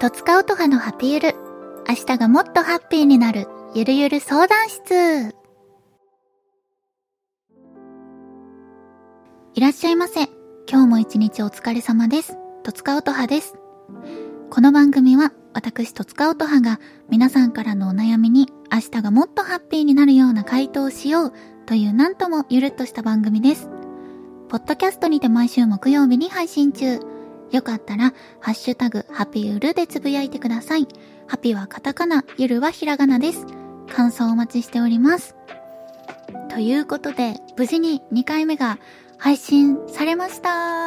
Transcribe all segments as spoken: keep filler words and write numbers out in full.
とつか音羽のハピゆる。明日がもっとハッピーになるゆるゆる相談室。いらっしゃいませ。今日も一日お疲れ様です。とつか音羽です。この番組は私とつか音羽が皆さんからのお悩みに明日がもっとハッピーになるような回答をしようというなんともゆるっとした番組です。ポッドキャストにて毎週木曜日に配信中。よかったらハッシュタグハピゆるでつぶやいてください。ハピはカタカナ、ゆるはひらがなです。感想お待ちしております。ということで無事ににかいめが配信されました。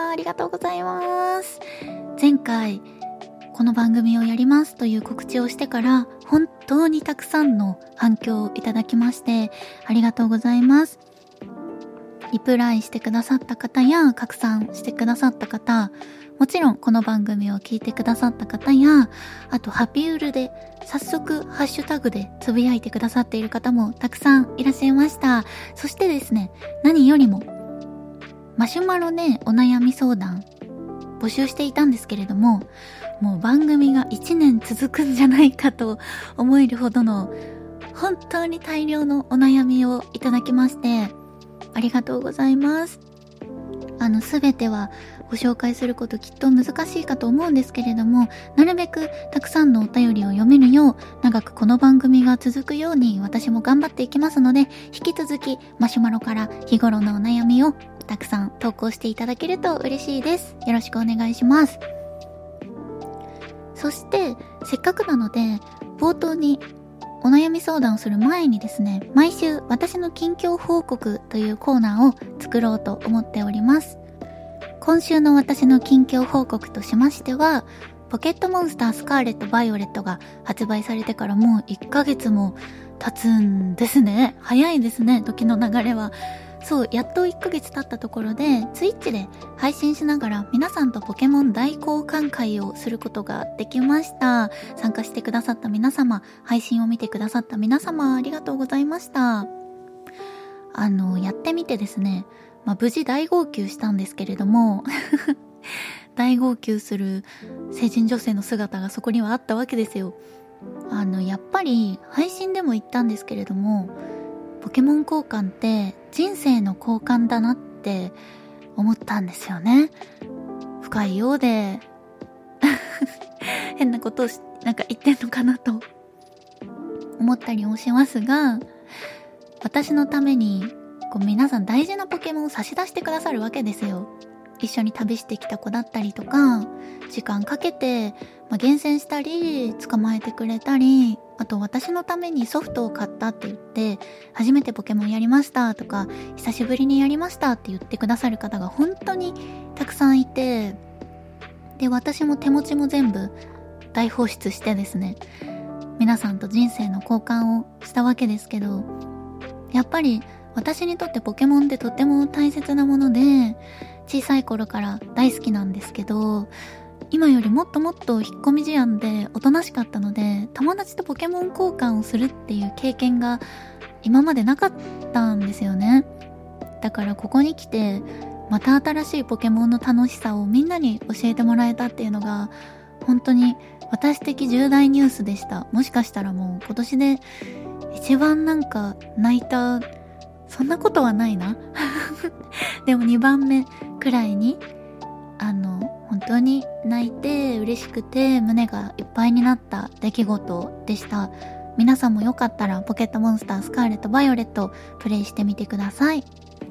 ありがとうございます。前回この番組をやりますという告知をしてから本当にたくさんの反響をいただきましてありがとうございます。リプライしてくださった方や拡散してくださった方、もちろんこの番組を聞いてくださった方や、あとハピユルで早速ハッシュタグでつぶやいてくださっている方もたくさんいらっしゃいました。そしてですね、何よりもマシュマロでお悩み相談募集していたんですけれども、もう番組がいちねん続くんじゃないかと思えるほどの本当に大量のお悩みをいただきましてありがとうございます。あのすべてはご紹介することきっと難しいかと思うんですけれども、なるべくたくさんのお便りを読めるよう長くこの番組が続くように私も頑張っていきますので、引き続きマシュマロから日頃のお悩みをたくさん投稿していただけると嬉しいです。よろしくお願いします。そしてせっかくなので冒頭にお悩み相談をする前にですね、毎週私の近況報告というコーナーを作ろうと思っております。今週の私の近況報告としましては、ポケットモンスタースカーレット・バイオレットが発売されてからもういっかげつも経つんですね。早いですね、時の流れは。そう、やっといっかげつ経ったところでツイッチで配信しながら皆さんとポケモン大交換会をすることができました。参加してくださった皆様、配信を見てくださった皆様、ありがとうございました。あのやってみてですね、まあ、無事大号泣したんですけれども大号泣する成人女性の姿がそこにはあったわけですよ。あのやっぱり配信でも言ったんですけれども、ポケモン交換って人生の交換だなって思ったんですよね。深いようで変なことをなんか言ってんのかなと思ったりもしますが、私のためにこう皆さん大事なポケモンを差し出してくださるわけですよ。一緒に旅してきた子だったりとか、時間かけて、まあ、厳選したり捕まえてくれたり、あと私のためにソフトを買ったって言って初めてポケモンやりましたとか久しぶりにやりましたって言ってくださる方が本当にたくさんいて、で私も手持ちも全部大放出してですね、皆さんと人生の交換をしたわけですけど、やっぱり私にとってポケモンってとっても大切なもので、小さい頃から大好きなんですけど、今よりもっともっと引っ込み思案でおとなしかったので、友達とポケモン交換をするっていう経験が今までなかったんですよね。だからここに来てまた新しいポケモンの楽しさをみんなに教えてもらえたっていうのが本当に私的重大ニュースでした。もしかしたらもう今年で一番なんか泣いた、そんなことはないなでもにばんめくらいにあの本当に泣いて嬉しくて胸がいっぱいになった出来事でした。皆さんもよかったらポケットモンスタースカーレット・バイオレットプレイしてみてください。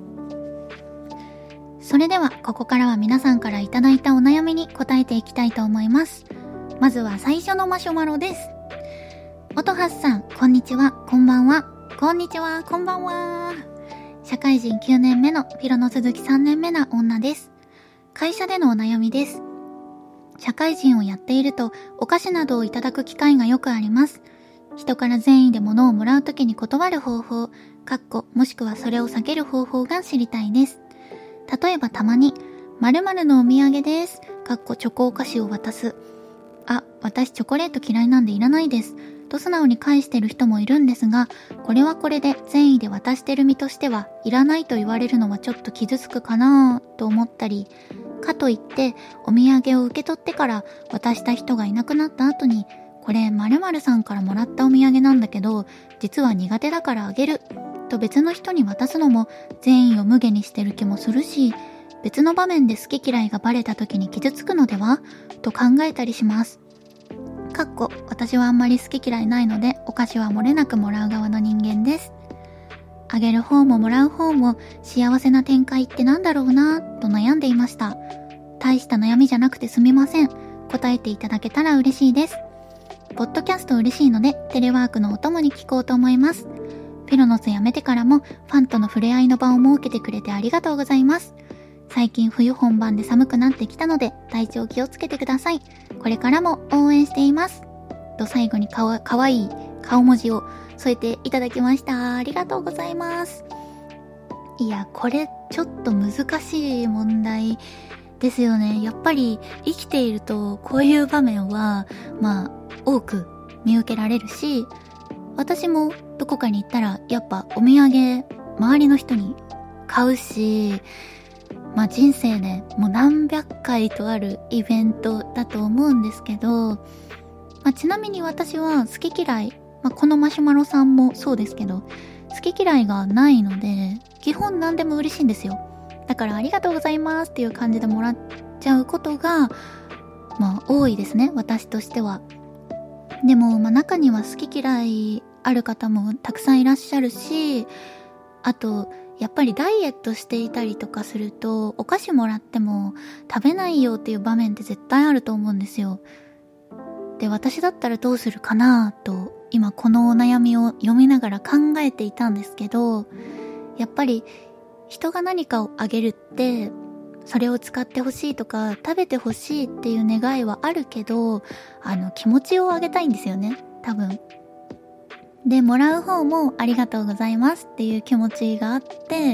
それではここからは皆さんからいただいたお悩みに答えていきたいと思います。まずは最初のマシュマロです。音はさん、こんにちは、こんばんは。こんにちは、こんばんは。社会人きゅうねんめのピロの鈴木さんねんめな女です。会社でのお悩みです。社会人をやっているとお菓子などをいただく機会がよくあります。人から善意で物をもらうときに断る方法、かっこもしくはそれを避ける方法が知りたいです。例えばたまに〇〇のお土産です、かっこチョコお菓子を渡す。あ、私チョコレート嫌いなんでいらないですと素直に返してる人もいるんですが、これはこれで善意で渡してる身としてはいらないと言われるのはちょっと傷つくかなと思ったり、 かといってお土産を受け取ってから渡した人がいなくなった後に、これ〇〇さんからもらったお土産なんだけど実は苦手だからあげると別の人に渡すのも善意を無下にしてる気もするし、別の場面で好き嫌いがバレた時に傷つくのではと考えたりします。かっこ私はあんまり好き嫌いないのでお菓子は漏れなくもらう側の人間です。あげる方ももらう方も幸せな展開ってなんだろうなと悩んでいました。大した悩みじゃなくてすみません。答えていただけたら嬉しいです。ポッドキャスト嬉しいのでテレワークのお供に聞こうと思います。ピロノスやめてからもファンとの触れ合いの場を設けてくれてありがとうございます。最近冬本番で寒くなってきたので体調気をつけてください。これからも応援しています。と最後にかわ、かわいい顔文字を添えていただきました。ありがとうございます。いや、これちょっと難しい問題ですよね。やっぱり生きているとこういう場面はまあ多く見受けられるし、私もどこかに行ったらやっぱお土産周りの人に買うし、まあ人生でもう何百回とあるイベントだと思うんですけど、まあ、ちなみに私は好き嫌い、まあ、このマシュマロさんもそうですけど好き嫌いがないので基本何でも嬉しいんですよ。だからありがとうございますっていう感じでもらっちゃうことがまあ多いですね、私としては。でもまあ中には好き嫌いある方もたくさんいらっしゃるし、あとやっぱりダイエットしていたりとかするとお菓子もらっても食べないよっていう場面って絶対あると思うんですよ。で、私だったらどうするかなと今このお悩みを読みながら考えていたんですけど、やっぱり人が何かをあげるってそれを使ってほしいとか食べてほしいっていう願いはあるけど、あの気持ちをあげたいんですよね、多分。で、もらう方もありがとうございますっていう気持ちがあって、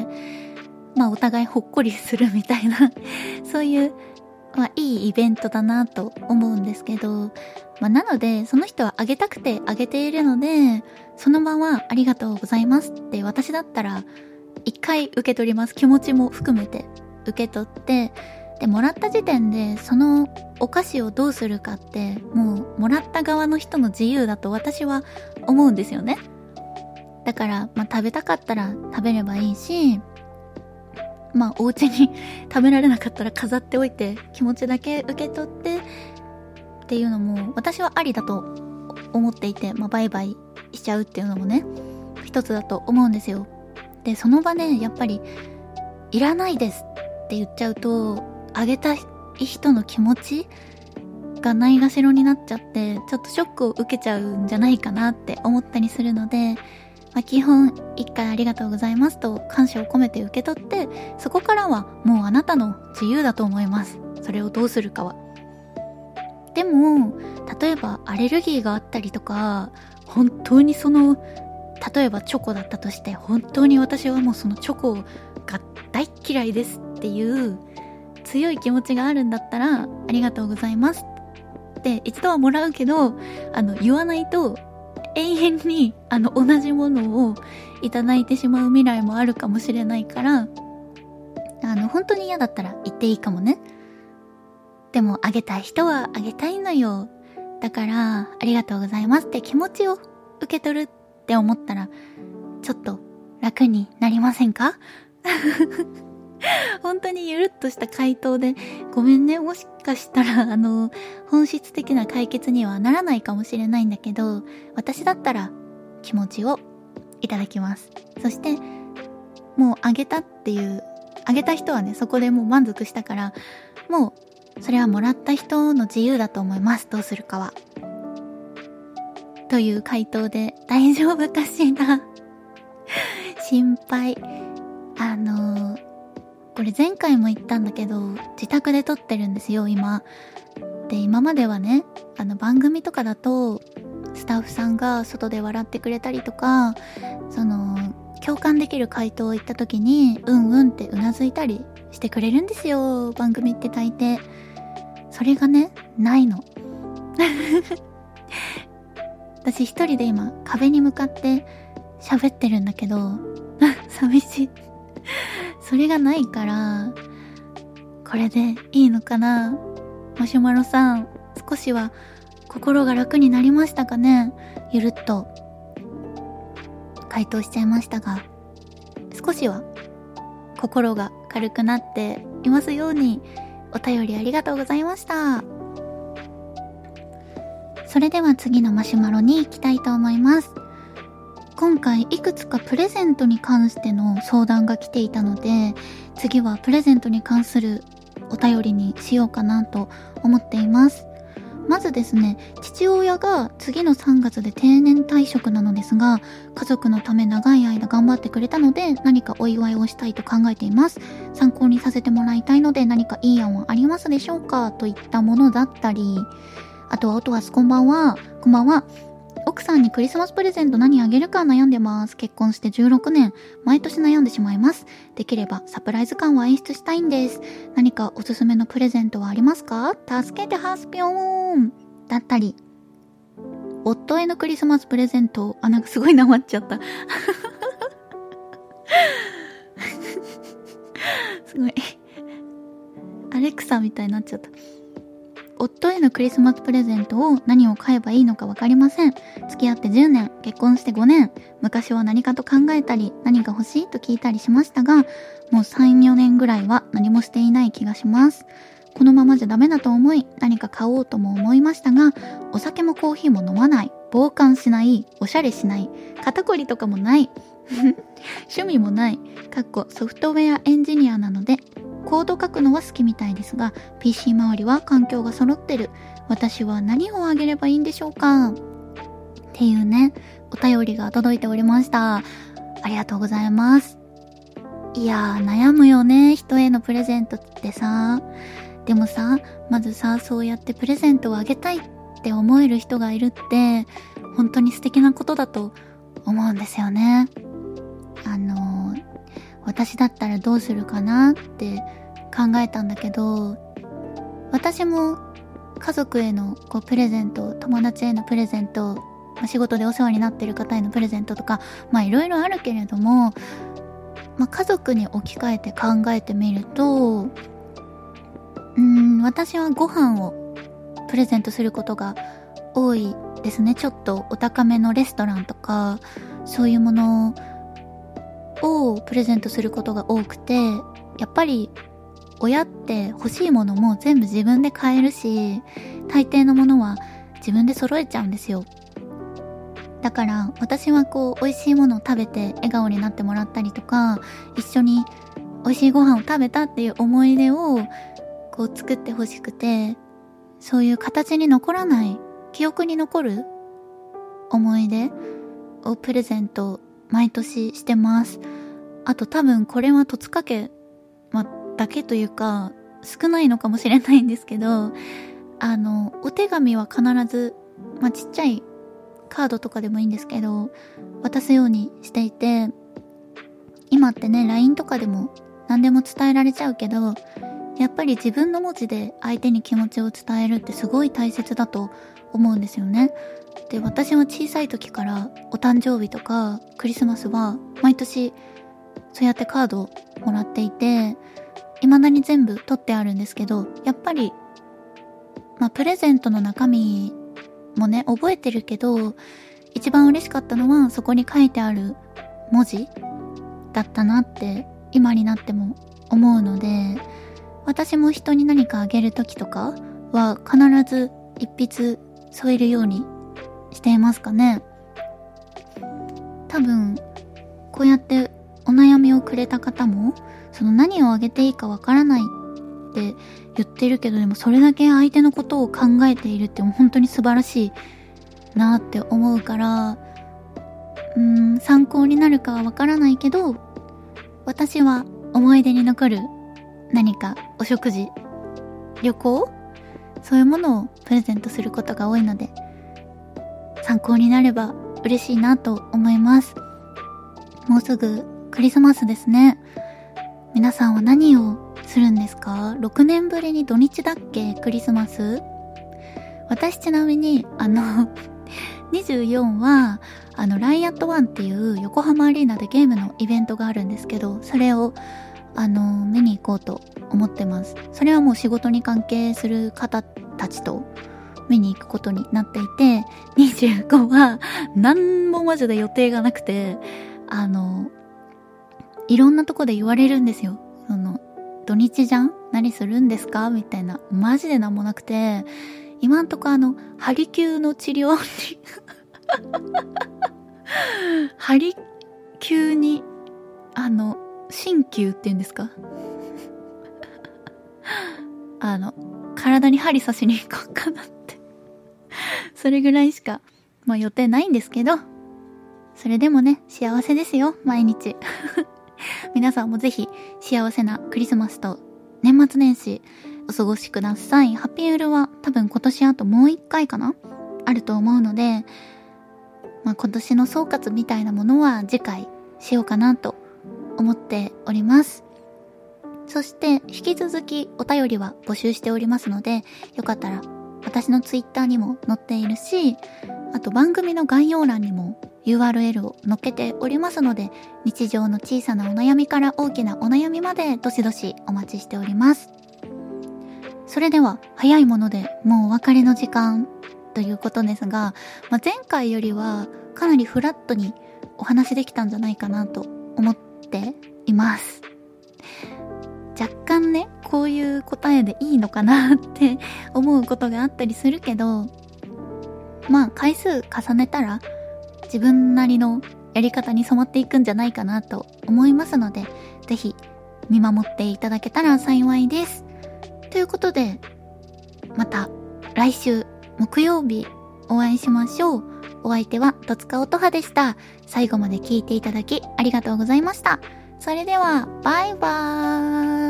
まあお互いほっこりするみたいなそういうまあいいイベントだなと思うんですけど、まあなのでその人はあげたくてあげているので、その場はありがとうございますって私だったら一回受け取ります。気持ちも含めて受け取って、でもらった時点でそのお菓子をどうするかってもうもらった側の人の自由だと私は思うんですよね。だからまあ食べたかったら食べればいいし、まあお家に食べられなかったら飾っておいて気持ちだけ受け取ってっていうのも私はありだと思っていて、まあバイバイしちゃうっていうのもね一つだと思うんですよ。で、その場ね、やっぱりいらないですって言っちゃうとあげた人の気持ちがないがしろになっちゃってちょっとショックを受けちゃうんじゃないかなって思ったりするので、まあ、基本一回ありがとうございますと感謝を込めて受け取って、そこからはもうあなたの自由だと思います。それをどうするかは。でも例えばアレルギーがあったりとか、本当にその例えばチョコだったとして、本当に私はもうそのチョコが大嫌いですっていう強い気持ちがあるんだったらありがとうございますって一度はもらうけど、あの言わないと永遠にあの同じものをいただいてしまう未来もあるかもしれないから、あの本当に嫌だったら言っていいかもね。でもあげたい人はあげたいのよ。だからありがとうございますって気持ちを受け取るって思ったらちょっと楽になりませんか？本当にゆるっとした回答でごめんね。もしかしたらあの本質的な解決にはならないかもしれないんだけど、私だったら気持ちをいただきます。そしてもうあげたっていうあげた人はね、そこでもう満足したから、もうそれはもらった人の自由だと思います。どうするかはという回答で大丈夫かしら？心配。あのーこれ前回も言ったんだけど、自宅で撮ってるんですよ今で。今まではね、あの番組とかだとスタッフさんが外で笑ってくれたりとか、その共感できる回答を言った時にうんうんってうなずいたりしてくれるんですよ、番組って大抵。それがね、ないの。私一人で今壁に向かって喋ってるんだけど寂しい。それがないから、 これでいいのかな？マシュマロさん、少しは心が楽になりましたかね？ゆるっと回答しちゃいましたが、少しは心が軽くなっていますように。お便りありがとうございました。それでは次のマシュマロに行きたいと思います。今回いくつかプレゼントに関しての相談が来ていたので、次はプレゼントに関するお便りにしようかなと思っています。まずですね、父親が次のさんがつで定年退職なのですが、家族のため長い間頑張ってくれたので、何かお祝いをしたいと考えています。参考にさせてもらいたいので、何かいい案はありますでしょうか？といったものだったり、あとは音はすこんばんは。こんばんは。奥さんにクリスマスプレゼント何あげるか悩んでます。結婚してじゅうろくねん、毎年悩んでしまいます。できればサプライズ感を演出したいんです。何かおすすめのプレゼントはありますか？助けてハスピョーンだったり、夫へのクリスマスプレゼント、あ、なんかすごいなまっちゃったすごいアレクサみたいになっちゃった。夫へのクリスマスプレゼントを何を買えばいいのかわかりません。付き合ってじゅうねん、結婚してごねん。昔は何かと考えたり、何が欲しいと聞いたりしましたが、もうさん、よねんぐらいは何もしていない気がします。このままじゃダメだと思い、何か買おうとも思いましたが、お酒もコーヒーも飲まない、傍観しない、おしゃれしない、肩こりとかもない、趣味もない、かっこソフトウェアエンジニアなので、コード書くのは好きみたいですが、 ピーシー 周りは環境が揃ってる。私は何をあげればいいんでしょうか？っていうね、お便りが届いておりました。ありがとうございます。いやー、悩むよね、人へのプレゼントってさ。でもさ、まずさ、そうやってプレゼントをあげたいって思える人がいるって、本当に素敵なことだと思うんですよね。あのー、私だったらどうするかなって考えたんだけど、私も家族へのこうプレゼント、友達へのプレゼント、まあ、仕事でお世話になってる方へのプレゼントとか、まあいろいろあるけれども、まあ、家族に置き換えて考えてみると、うーん、私はご飯をプレゼントすることが多いですね。ちょっとお高めのレストランとか、そういうものをプレゼントすることが多くて、やっぱり親って欲しいものも全部自分で買えるし、大抵のものは自分で揃えちゃうんですよ。だから私はこう美味しいものを食べて笑顔になってもらったりとか、一緒に美味しいご飯を食べたっていう思い出をこう作ってほしくて、そういう形に残らない、記憶に残る思い出をプレゼント毎年してます。あと多分これは戸塚家、ま、だけというか少ないのかもしれないんですけど、あのお手紙は必ず、ま、ちっちゃいカードとかでもいいんですけど渡すようにしていて、今ってね ライン とかでも何でも伝えられちゃうけど、やっぱり自分の文字で相手に気持ちを伝えるってすごい大切だと思うんですよね。で、私は小さい時からお誕生日とかクリスマスは毎年そうやってカードをもらっていて、未だに全部取ってあるんですけど、やっぱりまあプレゼントの中身もね覚えてるけど、一番嬉しかったのはそこに書いてある文字だったなって今になっても思うので、私も人に何かあげる時とかは必ず一筆添えるようにしていますかね。多分こうやってお悩みをくれた方も、その何をあげていいかわからないって言ってるけど、でもそれだけ相手のことを考えているって本当に素晴らしいなって思うから、うーん、参考になるかはわからないけど、私は思い出に残る何かお食事、旅行、そういうものをプレゼントすることが多いので、参考になれば嬉しいなと思います。もうすぐクリスマスですね。皆さんは何をするんですか？ ろく 年ぶりに土日だっけ？クリスマス？私ちなみにあのにじゅうよんはあのライアットワンっていう横浜アリーナでゲームのイベントがあるんですけど、それをあの見に行こうと思ってます。それはもう仕事に関係する方たちと見に行くことになっていて、にじゅうごは何もマジで予定がなくて、あのいろんなとこで言われるんですよ。その土日じゃん？何するんですか？みたいな。マジでなんもなくて、今んとこあのハリキューの治療にハリキューにあの鍼灸って言うんですか？あの体に針刺しに行こうかなってそれぐらいしか、まあ、予定ないんですけど、それでもね幸せですよ毎日皆さんもぜひ幸せなクリスマスと年末年始お過ごしください。ハッピーウルは多分今年あともう一回かなあると思うので、まあ、今年の総括みたいなものは次回しようかなと思っております。そして引き続きお便りは募集しておりますので、よかったら私のツイッターにも載っているし、あと番組の概要欄にも ユーアールエル を載っけておりますので、日常の小さなお悩みから大きなお悩みまでどしどしお待ちしております。それでは早いものでもうお別れの時間ということですが、まあ、前回よりはかなりフラットにお話できたんじゃないかなと思っています。若干ね、こういう答えでいいのかなって思うことがあったりするけど、まあ回数重ねたら自分なりのやり方に染まっていくんじゃないかなと思いますので、ぜひ見守っていただけたら幸いです。ということで、また来週木曜日お会いしましょう。お相手は戸塚音羽でした。最後まで聞いていただきありがとうございました。それではバイバーイ。